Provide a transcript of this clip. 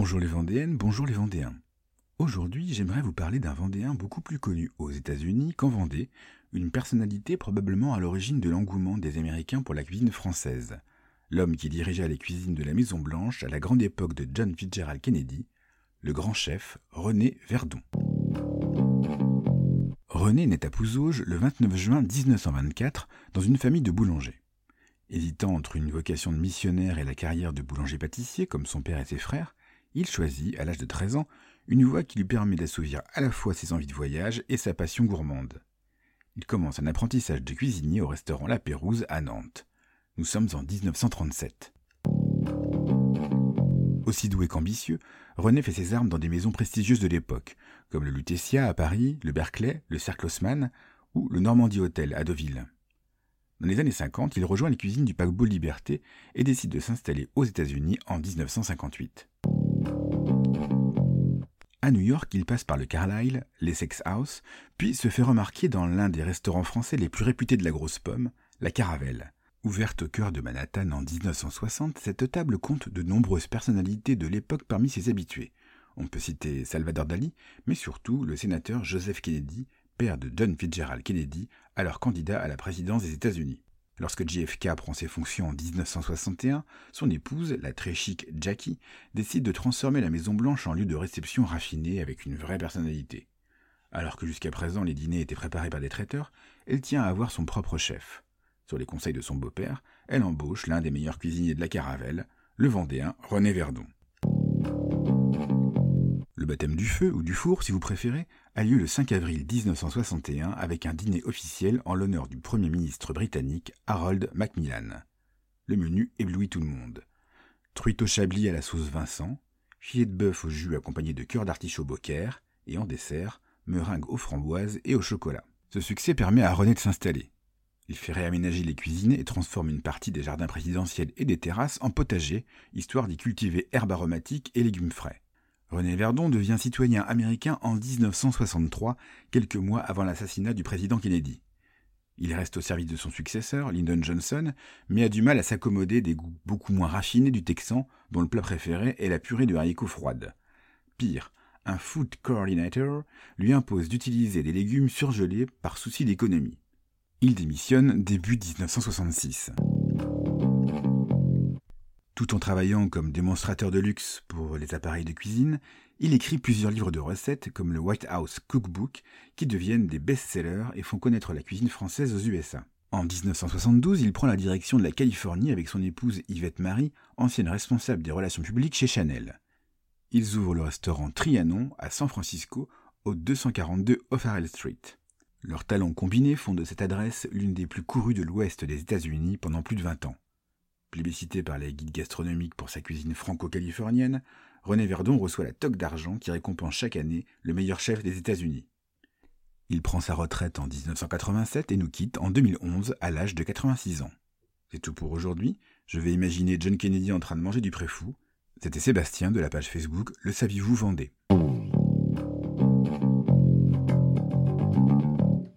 Bonjour les Vendéennes, bonjour les Vendéens. Aujourd'hui, j'aimerais vous parler d'un Vendéen beaucoup plus connu aux États-Unis qu'en Vendée, une personnalité probablement à l'origine de l'engouement des Américains pour la cuisine française. L'homme qui dirigea les cuisines de la Maison-Blanche à la grande époque de John Fitzgerald Kennedy, le grand chef René Verdon. René naît à Pouzauges le 29 juin 1924 dans une famille de boulangers. Hésitant entre une vocation de missionnaire et la carrière de boulanger-pâtissier comme son père et ses frères, il choisit, à l'âge de 13 ans, une voie qui lui permet d'assouvir à la fois ses envies de voyage et sa passion gourmande. Il commence un apprentissage de cuisinier au restaurant La Pérouse à Nantes. Nous sommes en 1937. Aussi doué qu'ambitieux, René fait ses armes dans des maisons prestigieuses de l'époque, comme le Lutetia à Paris, le Berkeley, le Cercle Haussmann ou le Normandie Hotel à Deauville. Dans les années 50, il rejoint les cuisines du paquebot Liberté et décide de s'installer aux États-Unis en 1958. À New York, il passe par le Carlyle, l'Essex House, puis se fait remarquer dans l'un des restaurants français les plus réputés de la grosse pomme, la Caravelle. Ouverte au cœur de Manhattan en 1960, cette table compte de nombreuses personnalités de l'époque parmi ses habitués. On peut citer Salvador Dali, mais surtout le sénateur Joseph Kennedy, père de John Fitzgerald Kennedy, alors candidat à la présidence des États-Unis. Lorsque JFK prend ses fonctions en 1961, son épouse, la très chic Jackie, décide de transformer la Maison-Blanche en lieu de réception raffiné avec une vraie personnalité. Alors que jusqu'à présent les dîners étaient préparés par des traiteurs, elle tient à avoir son propre chef. Sur les conseils de son beau-père, elle embauche l'un des meilleurs cuisiniers de la Caravelle, le Vendéen René Verdon. Le baptême du feu, ou du four si vous préférez, a lieu le 5 avril 1961 avec un dîner officiel en l'honneur du Premier ministre britannique Harold Macmillan. Le menu éblouit tout le monde. Truite au chablis à la sauce Vincent, filet de bœuf au jus accompagné de cœur d'artichaut Beaucaire, et en dessert, meringue aux framboises et au chocolat. Ce succès permet à René de s'installer. Il fait réaménager les cuisines et transforme une partie des jardins présidentiels et des terrasses en potager, histoire d'y cultiver herbes aromatiques et légumes frais. René Verdon devient citoyen américain en 1963, quelques mois avant l'assassinat du président Kennedy. Il reste au service de son successeur, Lyndon Johnson, mais a du mal à s'accommoder des goûts beaucoup moins raffinés du Texan, dont le plat préféré est la purée de haricots froide. Pire, un food coordinator lui impose d'utiliser des légumes surgelés par souci d'économie. Il démissionne début 1966. Tout en travaillant comme démonstrateur de luxe pour les appareils de cuisine, il écrit plusieurs livres de recettes comme le White House Cookbook qui deviennent des best-sellers et font connaître la cuisine française aux USA. En 1972, il prend la direction de la Californie avec son épouse Yvette Marie, ancienne responsable des relations publiques chez Chanel. Ils ouvrent le restaurant Trianon à San Francisco au 242 O'Farrell Street. Leurs talents combinés font de cette adresse l'une des plus courues de l'ouest des États-Unis pendant plus de 20 ans. Plébiscité par les guides gastronomiques pour sa cuisine franco-californienne, René Verdon reçoit la toque d'argent qui récompense chaque année le meilleur chef des États-Unis. Il prend sa retraite en 1987 et nous quitte en 2011 à l'âge de 86 ans. C'est tout pour aujourd'hui. Je vais imaginer John Kennedy en train de manger du préfou. C'était Sébastien de la page Facebook Le Saviez-vous Vendée.